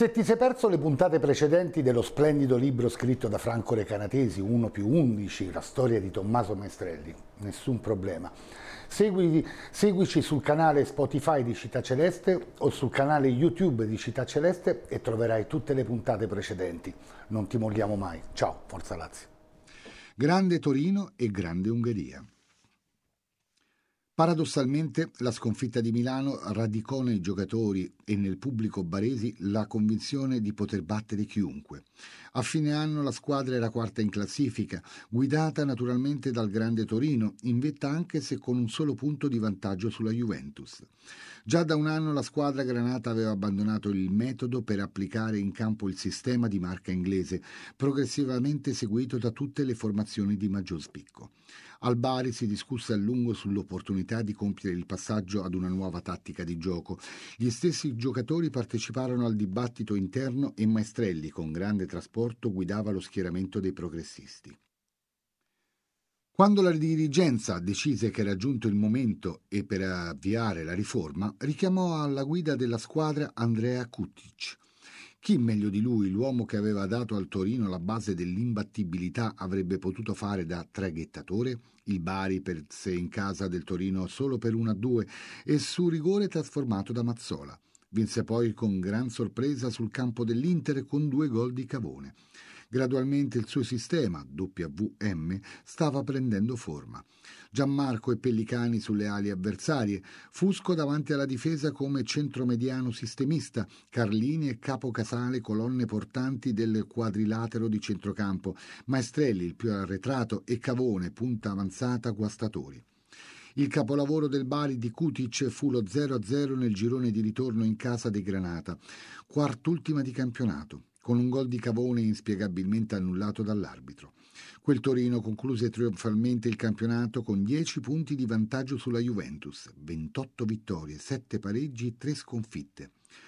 Se ti sei perso le puntate precedenti dello splendido libro scritto da Franco Recanatesi, 1 più 11, la storia di Tommaso Maestrelli, nessun problema. Seguici sul canale Spotify di Città Celeste o sul canale YouTube di Città Celeste e troverai tutte le puntate precedenti. Non ti molliamo mai. Ciao, Forza Lazio. Grande Torino e grande Ungheria. Paradossalmente, la sconfitta di Milano radicò nei giocatori e nel pubblico baresi la convinzione di poter battere chiunque. A fine anno la squadra era quarta in classifica, guidata naturalmente dal grande Torino, in vetta anche se con un solo punto di vantaggio sulla Juventus. Già da un anno la squadra granata aveva abbandonato il metodo per applicare in campo il sistema di marca inglese, progressivamente seguito da tutte le formazioni di maggior spicco. Al Bari si discusse a lungo sull'opportunità di compiere il passaggio ad una nuova tattica di gioco. Gli stessi giocatori parteciparono al dibattito interno e Maestrelli, con grande trasporto, guidava lo schieramento dei progressisti. Quando la dirigenza decise che era giunto il momento e per avviare la riforma, richiamò alla guida della squadra Andrea Kutic. Chi meglio di lui, l'uomo che aveva dato al Torino la base dell'imbattibilità, avrebbe potuto fare da traghettatore? Il Bari perse in casa del Torino solo per 1-2 e su rigore trasformato da Mazzola. Vinse poi con gran sorpresa sul campo dell'Inter con 2 gol di Cavone. Gradualmente il suo sistema, WM, stava prendendo forma. Gianmarco e Pellicani sulle ali avversarie, Fusco davanti alla difesa come centromediano sistemista, Carlini e Capo Casale colonne portanti del quadrilatero di centrocampo, Maestrelli il più arretrato e Cavone punta avanzata guastatori. Il capolavoro del Bari di Kutic fu lo 0-0 nel girone di ritorno in casa dei Granata, quart'ultima di campionato, con un gol di Cavone inspiegabilmente annullato dall'arbitro. Quel Torino concluse trionfalmente il campionato con 10 punti di vantaggio sulla Juventus, 28 vittorie, 7 pareggi, 3 sconfitte.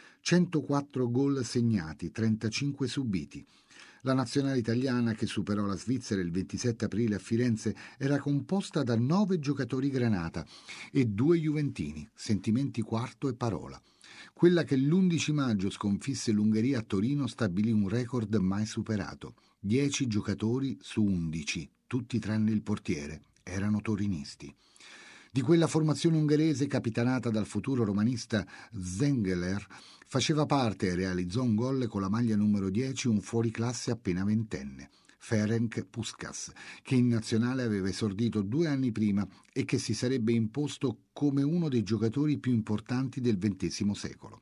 104 gol segnati, 35 subiti. La nazionale italiana, che superò la Svizzera il 27 aprile a Firenze, era composta da 9 giocatori granata e 2 juventini, Sentimenti Quarto e Parola. Quella che l'11 maggio sconfisse l'Ungheria a Torino stabilì un record mai superato. 10 giocatori su 11, tutti tranne il portiere, erano torinisti. Di quella formazione ungherese capitanata dal futuro romanista Zengeler faceva parte e realizzò un gol con la maglia numero 10 un fuoriclasse appena ventenne, Ferenc Puskás, che in nazionale aveva esordito 2 anni prima e che si sarebbe imposto come uno dei giocatori più importanti del XX secolo.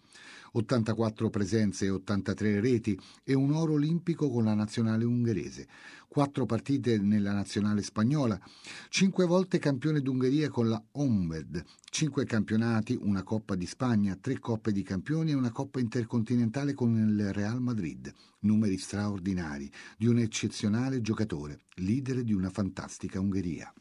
84 presenze e 83 reti e un oro olimpico con la nazionale ungherese, 4 partite nella nazionale spagnola, 5 volte campione d'Ungheria con la Honved, 5 campionati, una Coppa di Spagna, 3 Coppe di Campioni e una Coppa intercontinentale con il Real Madrid. Numeri straordinari di un eccezionale giocatore, leader di una fantastica Ungheria.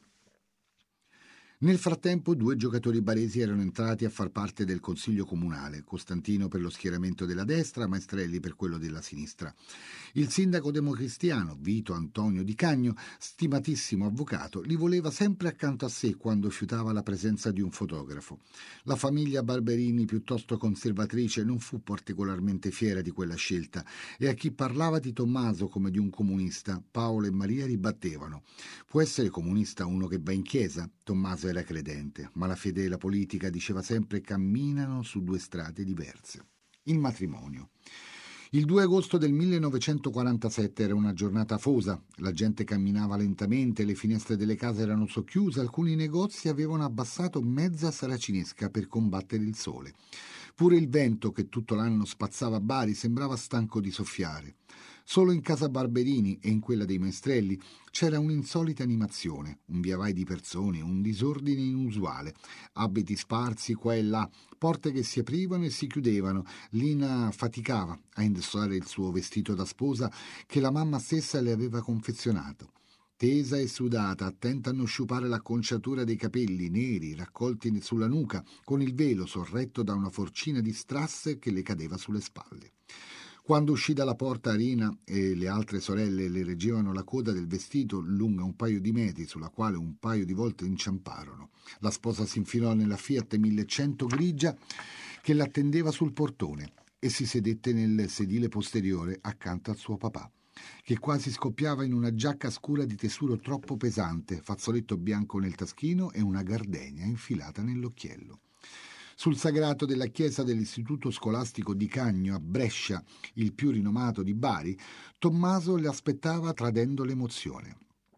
Nel frattempo 2 giocatori baresi erano entrati a far parte del Consiglio Comunale, Costantino per lo schieramento della destra, Maestrelli per quello della sinistra. Il sindaco democristiano, Vito Antonio Di Cagno, stimatissimo avvocato, li voleva sempre accanto a sé quando fiutava la presenza di un fotografo. La famiglia Barberini, piuttosto conservatrice, non fu particolarmente fiera di quella scelta e a chi parlava di Tommaso come di un comunista, Paolo e Maria ribattevano. Può essere comunista uno che va in chiesa? Tommaso era credente, ma la fede e la politica, diceva sempre, camminano su 2 strade diverse. Il matrimonio. Il 2 agosto del 1947 era una giornata afosa, la gente camminava lentamente, le finestre delle case erano socchiuse, alcuni negozi avevano abbassato mezza saracinesca per combattere il sole. Pure il vento che tutto l'anno spazzava Bari sembrava stanco di soffiare. Solo in casa Barberini e in quella dei Maestrelli c'era un'insolita animazione, un viavai di persone, un disordine inusuale, abiti sparsi qua e là, porte che si aprivano e si chiudevano. Lina faticava a indossare il suo vestito da sposa che la mamma stessa le aveva confezionato. Tesa e sudata, attenta a non sciupare l'acconciatura dei capelli neri raccolti sulla nuca, con il velo sorretto da una forcina di strass che le cadeva sulle spalle. Quando uscì dalla porta Rina e le altre sorelle le reggevano la coda del vestito lunga un paio di metri, sulla quale un paio di volte inciamparono. La sposa si infilò nella Fiat 1100 grigia che l'attendeva sul portone. e si sedette nel sedile posteriore accanto al suo papà, che quasi scoppiava in una giacca scura di tessuto troppo pesante, fazzoletto bianco nel taschino e una gardenia infilata nell'occhiello. Sul sagrato della chiesa dell'istituto scolastico di Cagno a Brescia, il più rinomato di Bari, Tommaso le aspettava tradendo l'emozione.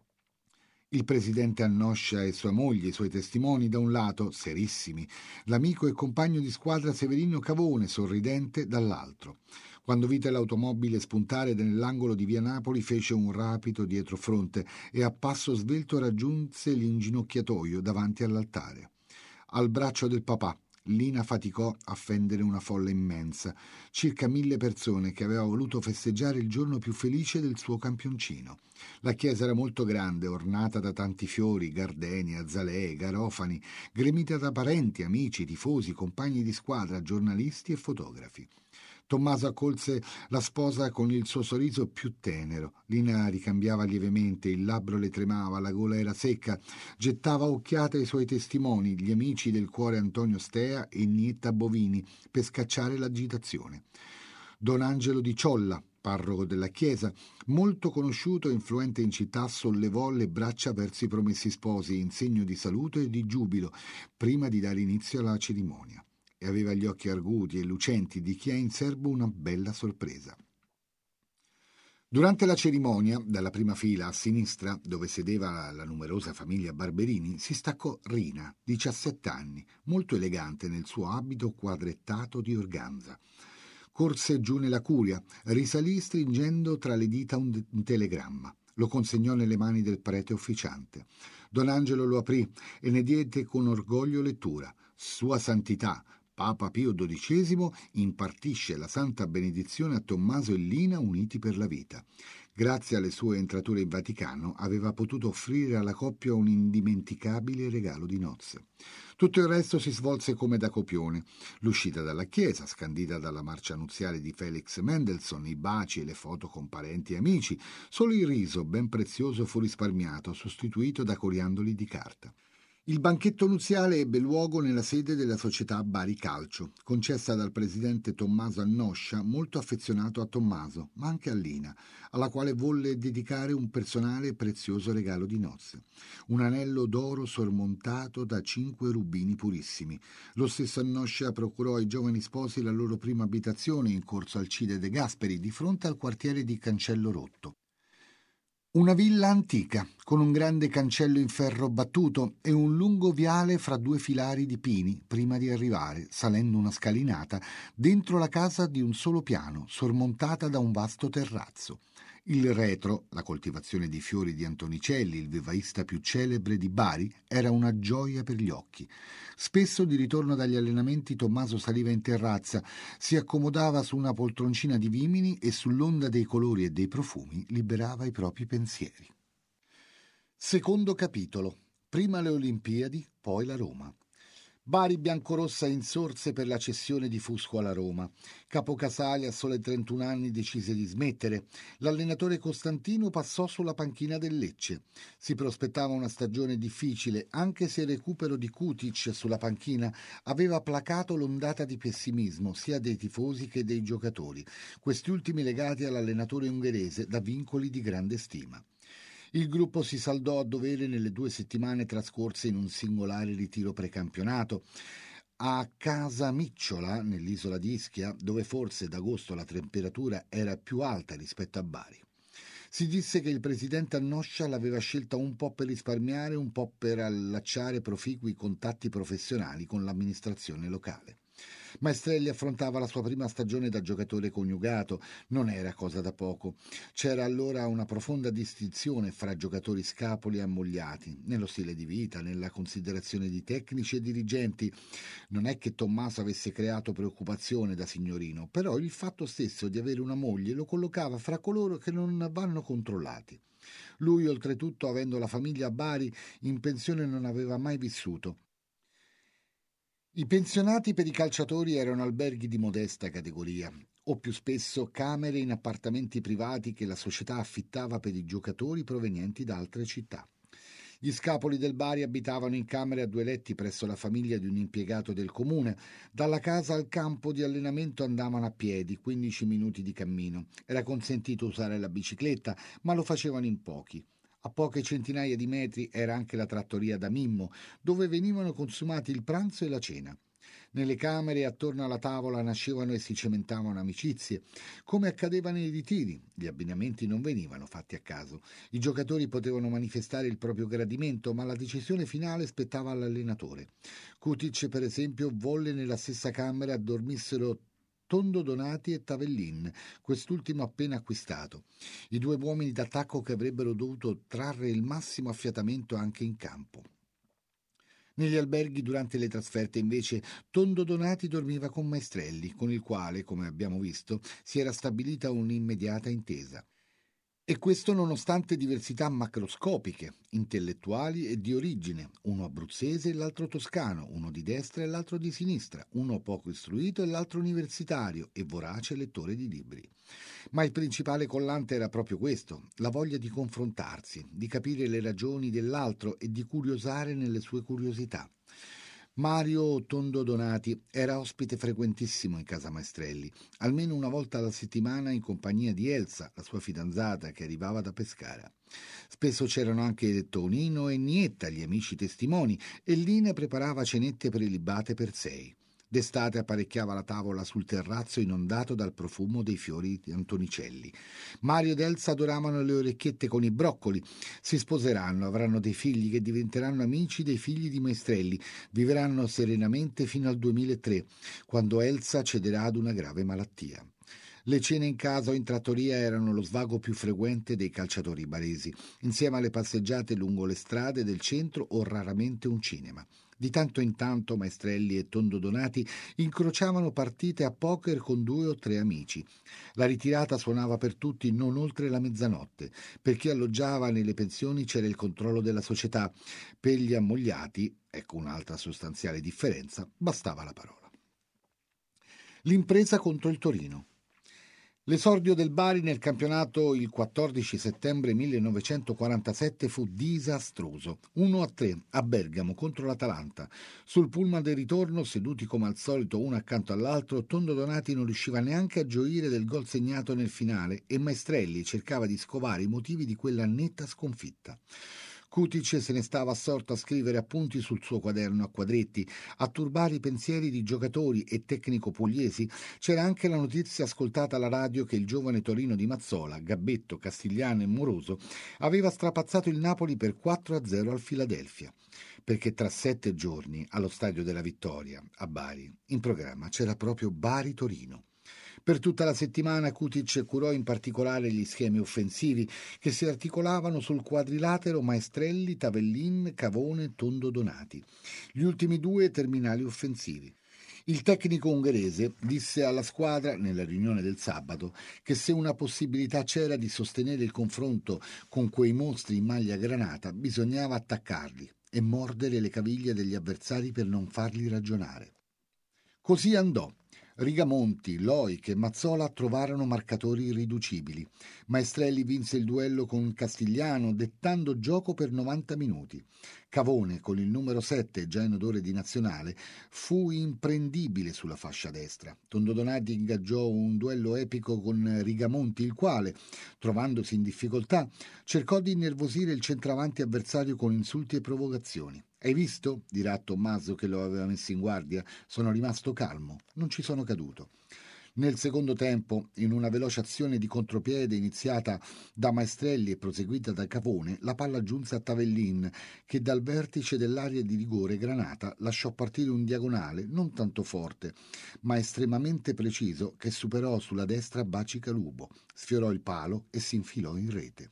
Il presidente Annoscia e sua moglie, i suoi testimoni da un lato, serissimi, l'amico e compagno di squadra Severino Cavone, sorridente, dall'altro. Quando vide l'automobile spuntare nell'angolo di via Napoli, fece un rapido dietrofronte e a passo svelto raggiunse l'inginocchiatoio davanti all'altare. Al braccio del papà, Lina faticò a fendere una folla immensa, circa 1000 persone che aveva voluto festeggiare il giorno più felice del suo campioncino. La chiesa era molto grande, ornata da tanti fiori, gardenie, azalee, garofani, gremita da parenti, amici, tifosi, compagni di squadra, giornalisti e fotografi. Tommaso accolse la sposa con il suo sorriso più tenero. Lina ricambiava lievemente, il labbro le tremava, la gola era secca. Gettava occhiate ai suoi testimoni, gli amici del cuore Antonio Stea e Nietta Bovini, per scacciare l'agitazione. Don Angelo di Ciolla, parroco della chiesa, molto conosciuto e influente in città, sollevò le braccia verso i promessi sposi in segno di saluto e di giubilo, prima di dare inizio alla cerimonia. E aveva gli occhi arguti e lucenti di chi ha in serbo una bella sorpresa. Durante la cerimonia, dalla prima fila a sinistra, dove sedeva la numerosa famiglia Barberini, si staccò Rina, 17 anni, molto elegante nel suo abito quadrettato di organza. Corse giù nella curia, risalì stringendo tra le dita un telegramma. Lo consegnò nelle mani del prete officiante. Don Angelo lo aprì e ne diede con orgoglio lettura. Sua Santità, Papa Pio XII, impartisce la santa benedizione a Tommaso e Lina uniti per la vita. Grazie alle sue entrature in Vaticano aveva potuto offrire alla coppia un indimenticabile regalo di nozze. Tutto il resto si svolse come da copione. L'uscita dalla chiesa, scandita dalla marcia nuziale di Felix Mendelssohn, i baci e le foto con parenti e amici. Solo il riso, ben prezioso, fu risparmiato, sostituito da coriandoli di carta. Il banchetto nuziale ebbe luogo nella sede della società Bari Calcio, concessa dal presidente Tommaso Annoscia, molto affezionato a Tommaso, ma anche a Lina, alla quale volle dedicare un personale e prezioso regalo di nozze. Un anello d'oro sormontato da 5 rubini purissimi. Lo stesso Annoscia procurò ai giovani sposi la loro prima abitazione in corso Alcide De Gasperi, di fronte al quartiere di Cancello Rotto. Una villa antica, con un grande cancello in ferro battuto e un lungo viale fra 2 filari di pini, prima di arrivare, salendo una scalinata, dentro la casa di un solo piano, sormontata da un vasto terrazzo. Il retro, la coltivazione di fiori di Antonicelli, il vivaista più celebre di Bari, era una gioia per gli occhi. Spesso di ritorno dagli allenamenti Tommaso saliva in terrazza, si accomodava su una poltroncina di vimini e sull'onda dei colori e dei profumi liberava i propri pensieri. Secondo capitolo. Prima le Olimpiadi, poi la Roma. Bari biancorossa insorse per la cessione di Fusco alla Roma. Capocasale a sole 31 anni decise di smettere. L'allenatore Costantino passò sulla panchina del Lecce. Si prospettava una stagione difficile, anche se il recupero di Kutic sulla panchina aveva placato l'ondata di pessimismo sia dei tifosi che dei giocatori, questi ultimi legati all'allenatore ungherese da vincoli di grande stima. Il gruppo si saldò a dovere nelle 2 settimane trascorse in un singolare ritiro precampionato a Casa Micciola, nell'isola di Ischia, dove forse d'agosto la temperatura era più alta rispetto a Bari. Si disse che il presidente Annoscia l'aveva scelta un po' per risparmiare, un po' per allacciare proficui contatti professionali con l'amministrazione locale. Maestrelli affrontava la sua prima stagione da giocatore coniugato, non era cosa da poco. C'era allora una profonda distinzione fra giocatori scapoli e ammogliati, nello stile di vita, nella considerazione di tecnici e dirigenti. Non è che Tommaso avesse creato preoccupazione da signorino, però il fatto stesso di avere una moglie lo collocava fra coloro che non vanno controllati. Lui, oltretutto, avendo la famiglia a Bari, in pensione non aveva mai vissuto. I pensionati per i calciatori erano alberghi di modesta categoria, o più spesso camere in appartamenti privati che la società affittava per i giocatori provenienti da altre città. Gli scapoli del Bari abitavano in camere a 2 letti presso la famiglia di un impiegato del comune. Dalla casa al campo di allenamento andavano a piedi, 15 minuti di cammino. Era consentito usare la bicicletta, ma lo facevano in pochi. A poche centinaia di metri era anche la trattoria da Mimmo, dove venivano consumati il pranzo e la cena. Nelle camere attorno alla tavola nascevano e si cementavano amicizie, come accadeva nei ritiri. Gli abbinamenti non venivano fatti a caso. I giocatori potevano manifestare il proprio gradimento, ma la decisione finale spettava all'allenatore. Kutic, per esempio, volle nella stessa camera dormissero Tondo Donati e Tavellin, quest'ultimo appena acquistato, i 2 uomini d'attacco che avrebbero dovuto trarre il massimo affiatamento anche in campo. Negli alberghi durante le trasferte invece Tondo Donati dormiva con Maestrelli, con il quale, come abbiamo visto, si era stabilita un'immediata intesa. E questo nonostante diversità macroscopiche, intellettuali e di origine, uno abruzzese e l'altro toscano, uno di destra e l'altro di sinistra, uno poco istruito e l'altro universitario e vorace lettore di libri. Ma il principale collante era proprio questo, la voglia di confrontarsi, di capire le ragioni dell'altro e di curiosare nelle sue curiosità. Mario Tondo Donati era ospite frequentissimo in casa Maestrelli, almeno una volta alla settimana in compagnia di Elsa, la sua fidanzata che arrivava da Pescara. Spesso c'erano anche Tonino e Nietta, gli amici testimoni, e Lina preparava cenette prelibate per 6. D'estate apparecchiava la tavola sul terrazzo inondato dal profumo dei fiori di Antonicelli. Mario ed Elsa adoravano le orecchiette con i broccoli. Si sposeranno, avranno dei figli che diventeranno amici dei figli di Maestrelli, vivranno serenamente fino al 2003, quando Elsa cederà ad una grave malattia. Le cene in casa o in trattoria erano lo svago più frequente dei calciatori baresi, insieme alle passeggiate lungo le strade del centro o raramente un cinema. Di tanto in tanto Maestrelli e Tondo Donati incrociavano partite a poker con 2 o 3 amici. La ritirata suonava per tutti non oltre la mezzanotte. Per chi alloggiava nelle pensioni c'era il controllo della società. Per gli ammogliati, ecco un'altra sostanziale differenza, bastava la parola. L'impresa contro il Torino. L'esordio del Bari nel campionato il 14 settembre 1947 fu disastroso. 1-3 a Bergamo contro l'Atalanta. Sul pullman del ritorno, seduti come al solito uno accanto all'altro, Tondo Donati non riusciva neanche a gioire del gol segnato nel finale e Maestrelli cercava di scovare i motivi di quella netta sconfitta. Kutic se ne stava assorto a scrivere appunti sul suo quaderno a quadretti, a turbare i pensieri di giocatori e tecnico pugliesi. C'era anche la notizia ascoltata alla radio che il giovane Torino di Mazzola, Gabbetto, Castigliano e Moroso aveva strapazzato il Napoli per 4-0 al Philadelphia, perché tra 7 giorni allo Stadio della Vittoria a Bari in programma c'era proprio Bari-Torino. Per tutta la settimana Kutic curò in particolare gli schemi offensivi che si articolavano sul quadrilatero Maestrelli, Tavellin, Cavone, Tondo Donati. Gli ultimi 2 terminali offensivi. Il tecnico ungherese disse alla squadra nella riunione del sabato che se una possibilità c'era di sostenere il confronto con quei mostri in maglia granata bisognava attaccarli e mordere le caviglie degli avversari per non farli ragionare. Così andò. Rigamonti, Loic e Mazzola trovarono marcatori irriducibili. Maestrelli vinse il duello con Castigliano dettando gioco per 90 minuti. Cavone, con il numero 7 già in odore di nazionale, fu imprendibile sulla fascia destra. Tondo Donati ingaggiò un duello epico con Rigamonti, il quale, trovandosi in difficoltà, cercò di innervosire il centravanti avversario con insulti e provocazioni. Hai visto? Dirà Tommaso che lo aveva messo in guardia. Sono rimasto calmo, non ci sono caduto. Nel secondo tempo, in una veloce azione di contropiede iniziata da Maestrelli e proseguita da Cavone, la palla giunse a Tavellin, che dal vertice dell'area di rigore granata lasciò partire un diagonale non tanto forte, ma estremamente preciso, che superò sulla destra Baci Calubo, sfiorò il palo e si infilò in rete.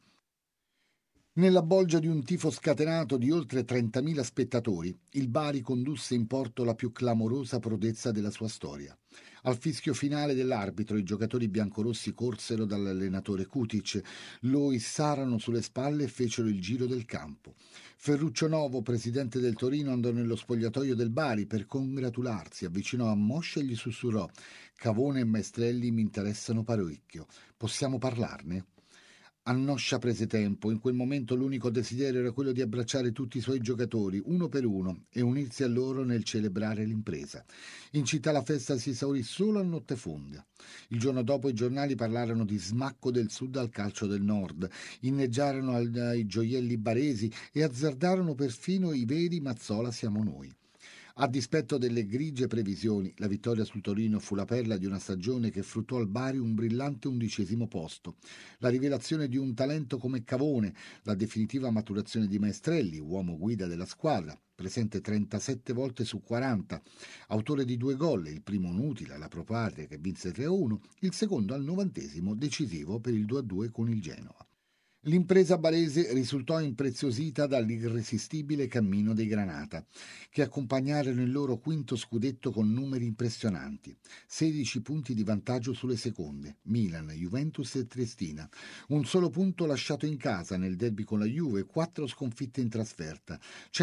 Nella bolgia di un tifo scatenato di oltre 30.000 spettatori, il Bari condusse in porto la più clamorosa prodezza della sua storia. Al fischio finale dell'arbitro, i giocatori biancorossi corsero dall'allenatore Kutic, lo issarono sulle spalle e fecero il giro del campo. Ferruccio Novo, presidente del Torino, andò nello spogliatoio del Bari per congratularsi, avvicinò a Moscia e gli sussurrò: «Cavone e Maestrelli mi interessano parecchio, possiamo parlarne?» Annoscia prese tempo, in quel momento l'unico desiderio era quello di abbracciare tutti i suoi giocatori, uno per uno, e unirsi a loro nel celebrare l'impresa. In città la festa si esaurì solo a notte fonda. Il giorno dopo i giornali parlarono di smacco del sud al calcio del nord, inneggiarono ai gioielli baresi e azzardarono perfino i veri Mazzola siamo noi. A dispetto delle grigie previsioni, la vittoria sul Torino fu la perla di una stagione che fruttò al Bari un brillante 11° posto. La rivelazione di un talento come Cavone, la definitiva maturazione di Maestrelli, uomo guida della squadra, presente 37 volte su 40, autore di 2 gol, il primo un utile alla Pro Patria che vinse 3-1, il secondo al 90° decisivo per il 2-2 con il Genoa. L'impresa barese risultò impreziosita dall'irresistibile cammino dei Granata, che accompagnarono il loro quinto scudetto con numeri impressionanti: 16 punti di vantaggio sulle seconde, Milan, Juventus e Triestina, un solo punto lasciato in casa nel derby con la Juve, 4 sconfitte in trasferta,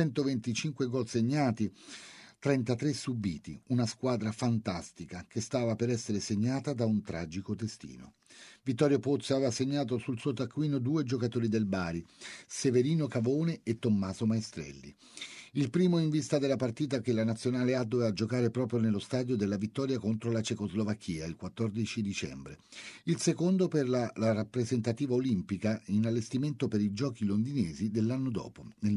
125 gol segnati, 33 subiti, una squadra fantastica che stava per essere segnata da un tragico destino. Vittorio Pozzo aveva segnato sul suo taccuino 2 giocatori del Bari, Severino Cavone e Tommaso Maestrelli. Il primo in vista della partita che la Nazionale A doveva giocare proprio nello stadio della vittoria contro la Cecoslovacchia il 14 dicembre. Il secondo per la rappresentativa olimpica in allestimento per i giochi londinesi dell'anno dopo, nel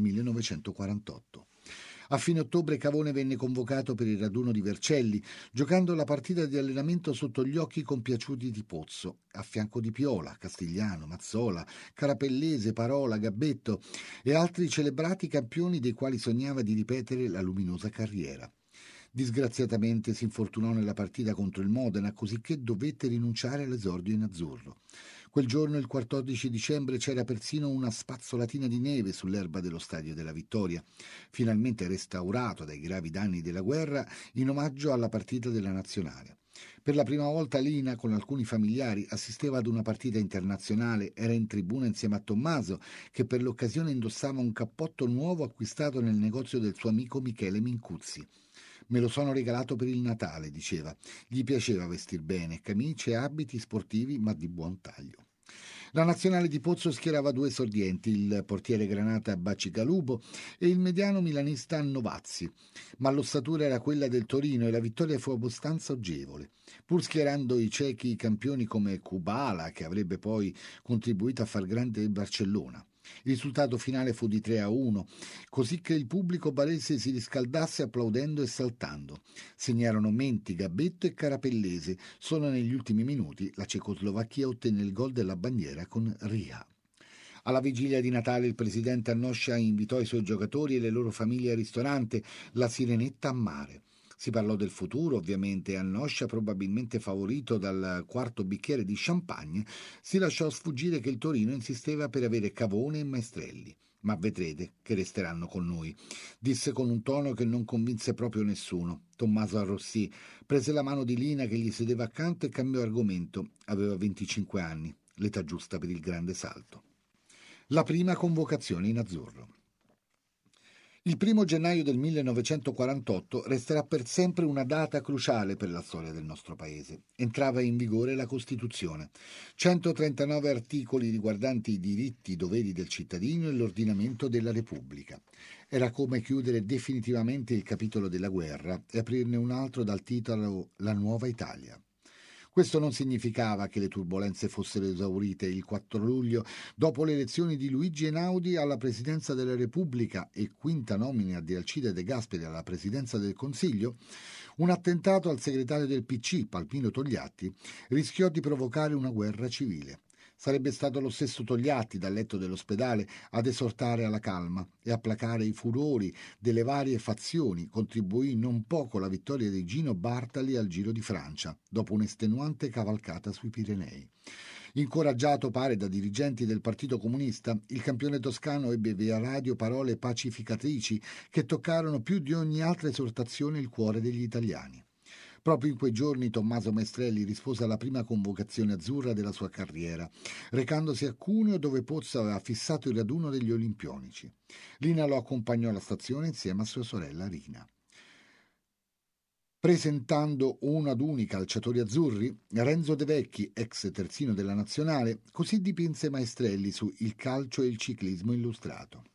1948. A fine ottobre Cavone venne convocato per il raduno di Vercelli, giocando la partita di allenamento sotto gli occhi compiaciuti di Pozzo, a fianco di Piola, Castigliano, Mazzola, Carapellese, Parola, Gabbetto e altri celebrati campioni dei quali sognava di ripetere la luminosa carriera. Disgraziatamente si infortunò nella partita contro il Modena, cosicché dovette rinunciare all'esordio in azzurro. Quel giorno, il 14 dicembre, c'era persino una spazzolatina di neve sull'erba dello Stadio della Vittoria, finalmente restaurato dai gravi danni della guerra in omaggio alla partita della Nazionale. Per la prima volta Lina, con alcuni familiari, assisteva ad una partita internazionale, era in tribuna insieme a Tommaso, che per l'occasione indossava un cappotto nuovo acquistato nel negozio del suo amico Michele Mincuzzi. Me lo sono regalato per il Natale, diceva. Gli piaceva vestir bene, camicie e abiti sportivi ma di buon taglio. La nazionale di Pozzo schierava 2 esordienti, il portiere Granata Bacigalupo e il mediano milanista Novazzi, ma l'ossatura era quella del Torino e la vittoria fu abbastanza agevole. Pur schierando i cechi campioni come Kubala, che avrebbe poi contribuito a far grande il Barcellona. Il risultato finale fu di 3-1, così che il pubblico barese si riscaldasse applaudendo e saltando. Segnarono Menti, Gabbetto e Carapellese. Solo negli ultimi minuti la Cecoslovacchia ottenne il gol della bandiera con Riha. Alla vigilia di Natale il presidente Annoscia invitò i suoi giocatori e le loro famiglie al ristorante La Sirenetta a Mare. Si parlò del futuro, ovviamente, e Annoscia, probabilmente favorito dal 4° bicchiere di champagne, si lasciò sfuggire che il Torino insisteva per avere Cavone e Maestrelli. Ma vedrete che resteranno con noi, disse con un tono che non convinse proprio nessuno. Tommaso arrossì, prese la mano di Lina che gli sedeva accanto e cambiò argomento. Aveva 25 anni, l'età giusta per il grande salto. La prima convocazione in azzurro. Il 1° gennaio del 1948 resterà per sempre una data cruciale per la storia del nostro paese. Entrava in vigore la Costituzione. 139 articoli riguardanti i diritti e i doveri del cittadino e l'ordinamento della Repubblica. Era come chiudere definitivamente il capitolo della guerra e aprirne un altro dal titolo La nuova Italia. Questo non significava che le turbolenze fossero esaurite. Il 4 luglio, dopo le elezioni di Luigi Einaudi alla presidenza della Repubblica e quinta nomina di Alcide De Gasperi alla presidenza del Consiglio, un attentato al segretario del PC, Palmiro Togliatti, rischiò di provocare una guerra civile. Sarebbe stato lo stesso Togliatti dal letto dell'ospedale ad esortare alla calma e a placare i furori delle varie fazioni. Contribuì non poco alla vittoria di Gino Bartali al Giro di Francia, dopo un'estenuante cavalcata sui Pirenei. Incoraggiato, pare, da dirigenti del Partito Comunista, il campione toscano ebbe via radio parole pacificatrici che toccarono più di ogni altra esortazione il cuore degli italiani. Proprio in quei giorni Tommaso Maestrelli rispose alla prima convocazione azzurra della sua carriera, recandosi a Cuneo dove Pozzo aveva fissato il raduno degli olimpionici. Lina lo accompagnò alla stazione insieme a sua sorella Rina. presentando uno ad uno i calciatori azzurri. Renzo De Vecchi, ex terzino della nazionale, così dipinse Maestrelli su Il calcio e il ciclismo illustrato.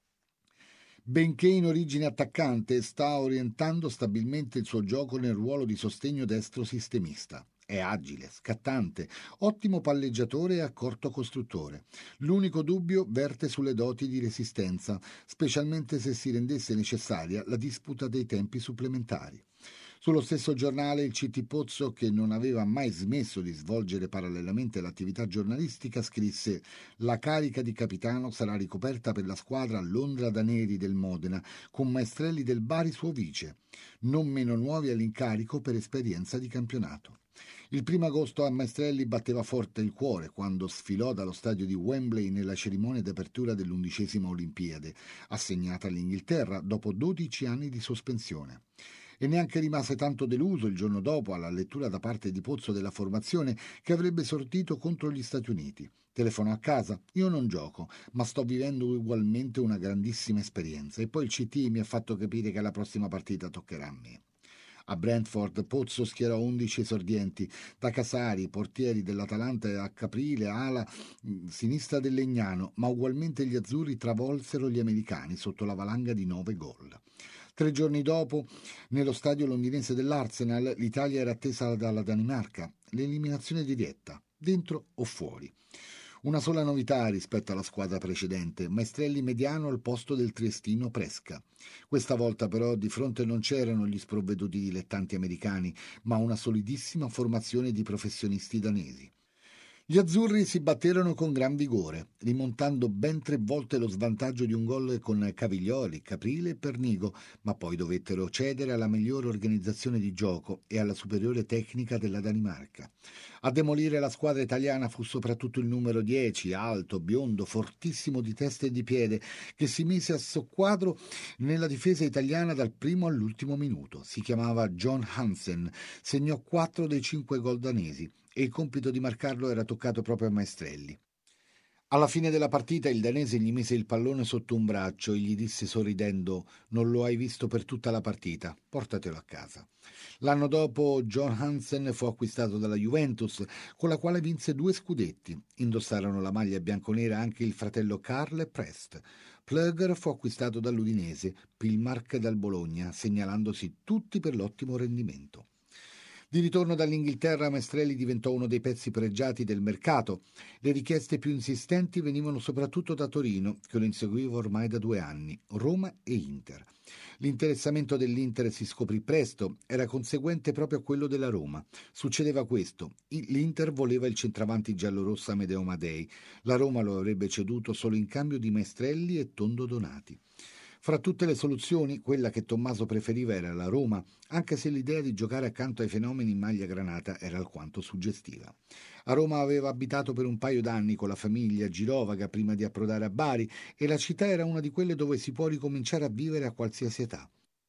Benché in origine attaccante, sta orientando stabilmente il suo gioco nel ruolo di sostegno destro sistemista. È agile, scattante, ottimo palleggiatore e accorto costruttore. L'unico dubbio verte sulle doti di resistenza, specialmente se si rendesse necessaria la disputa dei tempi supplementari. Sullo stesso giornale il CT Pozzo, che non aveva mai smesso di svolgere parallelamente l'attività giornalistica, scrisse: la carica di capitano sarà ricoperta per la squadra Londra da Neri del Modena, con Maestrelli del Bari suo vice, non meno nuovi all'incarico per esperienza di campionato. Il 1 agosto a Maestrelli batteva forte il cuore quando sfilò dallo stadio di Wembley nella cerimonia d'apertura dell'11ª Olimpiade, assegnata all'Inghilterra dopo 12 anni di sospensione. E neanche rimase tanto deluso il giorno dopo alla lettura da parte di Pozzo della formazione che avrebbe sortito contro gli Stati Uniti. Telefonò a casa: io non gioco, ma sto vivendo ugualmente una grandissima esperienza, e poi il CT mi ha fatto capire che la prossima partita toccherà a me. A Brentford Pozzo schierò 11 esordienti, da Casari, portieri dell'Atalanta, a Caprile, ala sinistra del Legnano, ma ugualmente gli azzurri travolsero gli americani sotto la valanga di 9 gol. 3 giorni dopo, nello stadio londinese dell'Arsenal, l'Italia era attesa dalla Danimarca, l'eliminazione diretta, dentro o fuori. Una sola novità rispetto alla squadra precedente: Maestrelli mediano al posto del triestino Presca. Questa volta però di fronte non c'erano gli sprovveduti dilettanti americani, ma una solidissima formazione di professionisti danesi. Gli azzurri si batterono con gran vigore, rimontando ben 3 volte lo svantaggio di un gol con Caviglioli, Caprile e Pernigo, ma poi dovettero cedere alla migliore organizzazione di gioco e alla superiore tecnica della Danimarca. A demolire la squadra italiana fu soprattutto il numero 10, alto, biondo, fortissimo di testa e di piede, che si mise a soqquadro nella difesa italiana dal primo all'ultimo minuto. Si chiamava John Hansen, segnò 4 dei 5 gol danesi, e il compito di marcarlo era toccato proprio a Maestrelli. Alla fine della partita il danese gli mise il pallone sotto un braccio e gli disse sorridendo: non lo hai visto per tutta la partita, portatelo a casa. L'anno dopo John Hansen fu acquistato dalla Juventus, con la quale vinse 2 scudetti. Indossarono la maglia bianconera anche il fratello Karl e Prest. Plöger fu acquistato dall'Udinese, Pilmark dal Bologna, segnalandosi tutti per l'ottimo rendimento. Di ritorno dall'Inghilterra, Maestrelli diventò uno dei pezzi pregiati del mercato. Le richieste più insistenti venivano soprattutto da Torino, che lo inseguiva ormai da 2 anni, Roma e Inter. L'interessamento dell'Inter si scoprì presto, era conseguente proprio a quello della Roma. Succedeva questo: l'Inter voleva il centravanti giallorosso Amedeo Madei, la Roma lo avrebbe ceduto solo in cambio di Maestrelli e Tondo Donati. Fra tutte le soluzioni, quella che Tommaso preferiva era la Roma, anche se l'idea di giocare accanto ai fenomeni in maglia granata era alquanto suggestiva. A Roma aveva abitato per un paio d'anni con la famiglia girovaga prima di approdare a Bari, e la città era una di quelle dove si può ricominciare a vivere a qualsiasi età.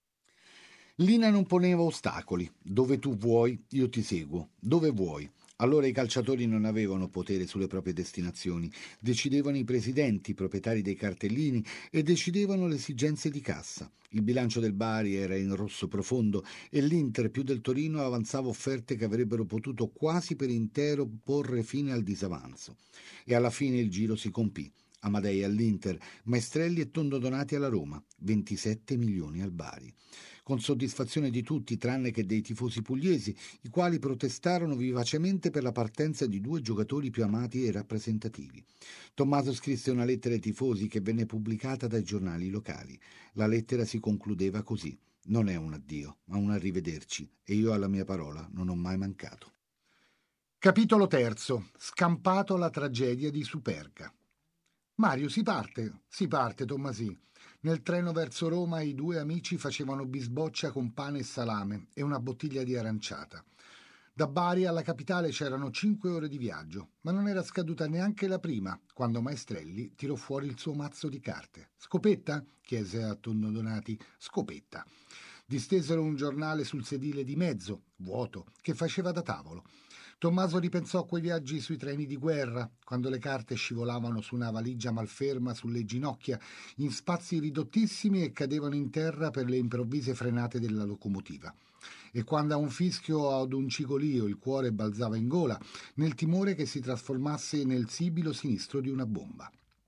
Lina non poneva ostacoli: dove tu vuoi io ti seguo, dove vuoi. Allora i calciatori non avevano potere sulle proprie destinazioni, decidevano i presidenti, i proprietari dei cartellini, e decidevano le esigenze di cassa. Il bilancio del Bari era in rosso profondo e l'Inter più del Torino avanzava offerte che avrebbero potuto quasi per intero porre fine al disavanzo. E alla fine il giro si compì. Amadei all'Inter, Maestrelli e Tondo Donati alla Roma, 27 milioni al Bari. Con soddisfazione di tutti tranne che dei tifosi pugliesi, i quali protestarono vivacemente per la partenza di 2 giocatori più amati e rappresentativi. Tommaso scrisse una lettera ai tifosi che venne pubblicata dai giornali locali. La lettera si concludeva così: non è un addio, ma un arrivederci, e io alla mia parola non ho mai mancato. Capitolo 3. Scampato la tragedia di Superga. Mario, si parte, Tommasì. Nel treno verso Roma i 2 amici facevano bisboccia con pane e salame e una bottiglia di aranciata. Da Bari alla capitale c'erano 5 ore di viaggio, ma non era scaduta neanche la prima quando Maestrelli tirò fuori il suo mazzo di carte. «Scopetta?» chiese a Tondo Donati. «Scopetta». Distesero un giornale sul sedile di mezzo, vuoto, che faceva da tavolo. Tommaso ripensò a quei viaggi sui treni di guerra, quando le carte scivolavano su una valigia malferma sulle ginocchia, in spazi ridottissimi, e cadevano in terra per le improvvise frenate della locomotiva. e quando a un fischio o ad un cigolio il cuore balzava in gola, nel timore che si trasformasse nel sibilo sinistro di una bomba.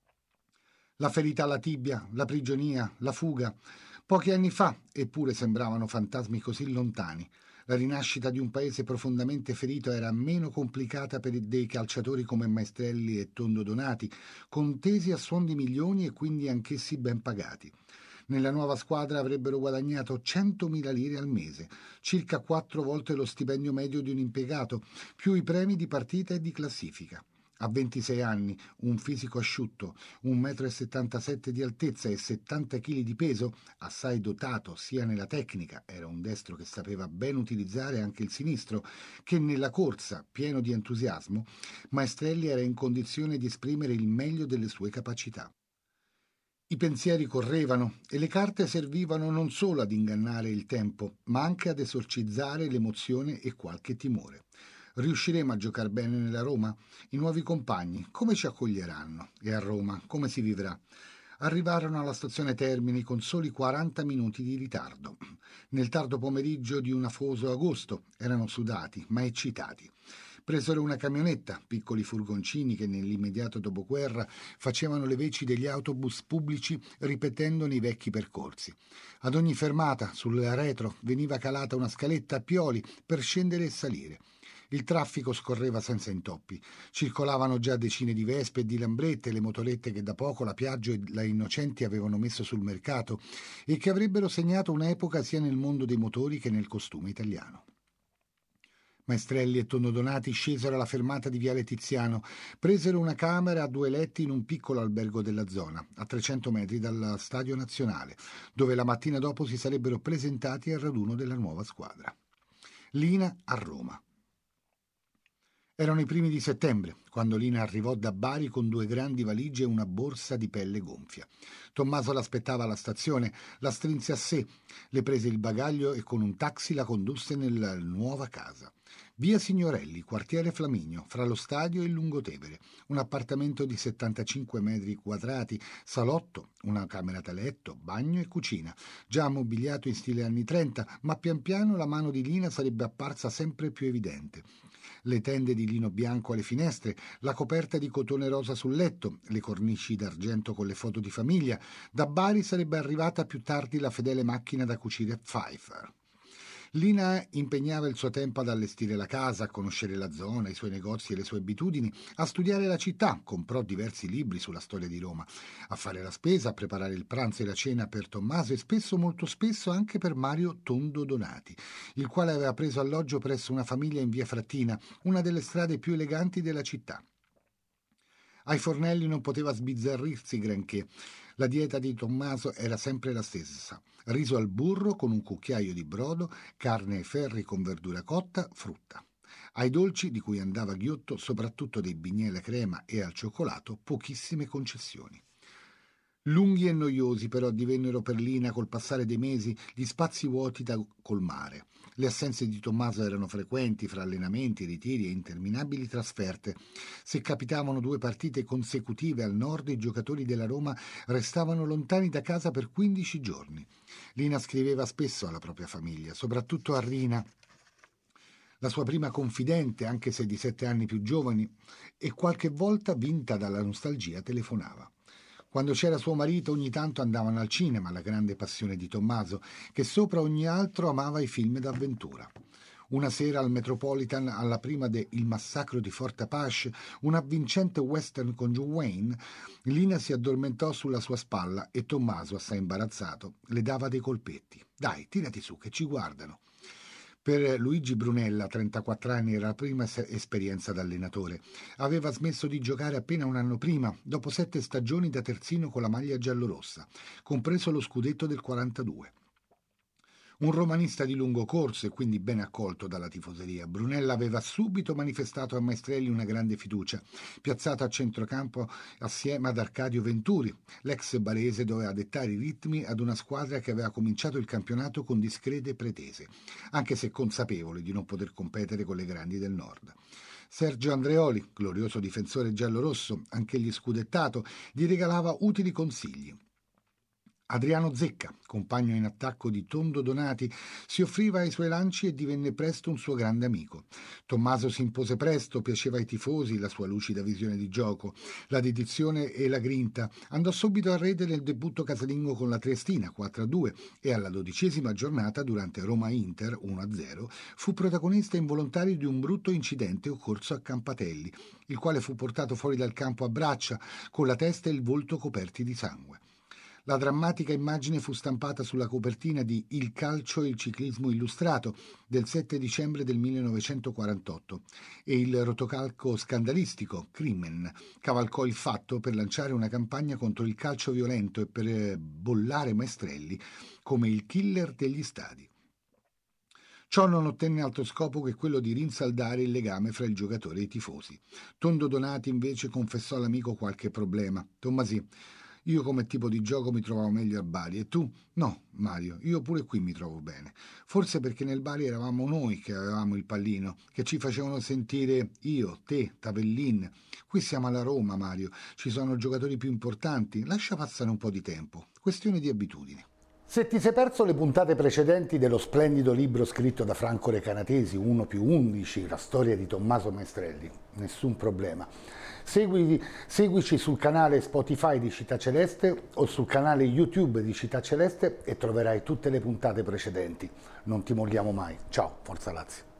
La ferita alla tibia, la prigionia, la fuga. Pochi anni fa, eppure sembravano fantasmi così lontani. La rinascita di un paese profondamente ferito era meno complicata per dei calciatori come Maestrelli e Tondo Donati, contesi a suon di milioni e quindi anch'essi ben pagati. Nella nuova squadra avrebbero guadagnato 100.000 lire al mese, circa 4 volte lo stipendio medio di un impiegato, più i premi di partita e di classifica. A 26 anni, un fisico asciutto, 1,77 m di altezza e 70 kg di peso, assai dotato sia nella tecnica, era un destro che sapeva ben utilizzare anche il sinistro, che nella corsa, pieno di entusiasmo, Maestrelli era in condizione di esprimere il meglio delle sue capacità. I pensieri correvano e le carte servivano non solo ad ingannare il tempo, ma anche ad esorcizzare l'emozione e qualche timore. Riusciremo a giocare bene nella Roma? I nuovi compagni come ci accoglieranno? E a Roma come si vivrà? Arrivarono alla stazione Termini con soli 40 minuti di ritardo. Nel tardo pomeriggio di un afoso agosto erano sudati ma eccitati. Presero una camionetta, piccoli furgoncini che nell'immediato dopoguerra facevano le veci degli autobus pubblici ripetendone i vecchi percorsi. Ad ogni fermata, sul retro, veniva calata una scaletta a pioli per scendere e salire. Il traffico scorreva senza intoppi. Circolavano già decine di vespe e di lambrette, le motorette che da poco la Piaggio e la Innocenti avevano messo sul mercato e che avrebbero segnato un'epoca sia nel mondo dei motori che nel costume italiano. Maestrelli e Tondo Donati scesero alla fermata di Viale Tiziano, presero una camera a 2 letti in un piccolo albergo della zona, a 300 metri dal Stadio Nazionale, dove la mattina dopo si sarebbero presentati al raduno della nuova squadra. Lina a Roma. Erano i primi di settembre, quando Lina arrivò da Bari con 2 grandi valigie e una borsa di pelle gonfia. Tommaso l'aspettava alla stazione, la strinse a sé, le prese il bagaglio e con un taxi la condusse nella nuova casa. Via Signorelli, quartiere Flaminio, fra lo stadio e il Lungotevere. Un appartamento di 75 metri quadrati, salotto, una camera da letto, bagno e cucina, già mobiliato in stile anni 30, ma pian piano la mano di Lina sarebbe apparsa sempre più evidente. Le tende di lino bianco alle finestre, la coperta di cotone rosa sul letto, le cornici d'argento con le foto di famiglia. Da Bari sarebbe arrivata più tardi la fedele macchina da cucire Pfeiffer. Lina impegnava il suo tempo ad allestire la casa, a conoscere la zona, i suoi negozi e le sue abitudini, a studiare la città, comprò diversi libri sulla storia di Roma, a fare la spesa, a preparare il pranzo e la cena per Tommaso e spesso, molto spesso, anche per Mario Tondo Donati, il quale aveva preso alloggio presso una famiglia in via Frattina, una delle strade più eleganti della città. Ai fornelli non poteva sbizzarrirsi granché. La dieta di Tommaso era sempre la stessa: riso al burro con un cucchiaio di brodo, carne e ferri con verdura cotta, frutta. Ai dolci, di cui andava ghiotto, soprattutto dei bignè alla crema e al cioccolato, pochissime concessioni. Lunghi e noiosi però divennero per Lina col passare dei mesi gli spazi vuoti da colmare. Le assenze di Tommaso erano frequenti fra allenamenti, ritiri e interminabili trasferte. Se capitavano 2 partite consecutive al nord, i giocatori della Roma restavano lontani da casa per 15 giorni. Lina scriveva spesso alla propria famiglia, soprattutto a Rina, la sua prima confidente, anche se di 7 anni più giovane, e qualche volta, vinta dalla nostalgia, telefonava. Quando c'era suo marito ogni tanto andavano al cinema, la grande passione di Tommaso, che sopra ogni altro amava i film d'avventura. Una sera al Metropolitan, alla prima de Il massacro di Fort Apache, un avvincente western con John Wayne, Lina si addormentò sulla sua spalla e Tommaso, assai imbarazzato, le dava dei colpetti. «Dai, tirati su, che ci guardano». Per Luigi Brunella, 34 anni, era la prima esperienza da allenatore. Aveva smesso di giocare appena un anno prima, dopo 7 stagioni da terzino con la maglia giallorossa, compreso lo scudetto del 42. Un romanista di lungo corso e quindi ben accolto dalla tifoseria, Brunella aveva subito manifestato a Maestrelli una grande fiducia. Piazzato a centrocampo assieme ad Arcadio Venturi, l'ex barese doveva dettare i ritmi ad una squadra che aveva cominciato il campionato con discrete pretese, anche se consapevole di non poter competere con le grandi del nord. Sergio Andreoli, glorioso difensore giallorosso, anch'egli scudettato, gli regalava utili consigli. Adriano Zecca, compagno in attacco di Tondo Donati, si offriva ai suoi lanci e divenne presto un suo grande amico. Tommaso si impose presto, piaceva ai tifosi la sua lucida visione di gioco, la dedizione e la grinta. Andò subito a rete nel debutto casalingo con la Triestina 4-2 e alla 12ª giornata durante Roma-Inter 1-0 fu protagonista involontario di un brutto incidente occorso a Campatelli, il quale fu portato fuori dal campo a braccia con la testa e il volto coperti di sangue. La drammatica immagine fu stampata sulla copertina di Il calcio e il ciclismo illustrato del 7 dicembre del 1948 e il rotocalco scandalistico Crimen cavalcò il fatto per lanciare una campagna contro il calcio violento e per bollare Maestrelli come il killer degli stadi. Ciò non ottenne altro scopo che quello di rinsaldare il legame fra il giocatore e i tifosi. Tondo Donati invece confessò all'amico qualche problema. Tommasì, io come tipo di gioco mi trovavo meglio a Bari e tu? No, Mario, io pure qui mi trovo bene. Forse perché nel Bari eravamo noi che avevamo il pallino, che ci facevano sentire io, te, Tavellin. Qui siamo alla Roma, Mario, ci sono giocatori più importanti, lascia passare un po' di tempo, questione di abitudini. Se ti sei perso le puntate precedenti dello splendido libro scritto da Franco Recanatesi, 1+11, la storia di Tommaso Maestrelli, nessun problema. Seguici sul canale Spotify di Città Celeste o sul canale YouTube di Città Celeste e troverai tutte le puntate precedenti. Non ti molliamo mai. Ciao, Forza Lazio.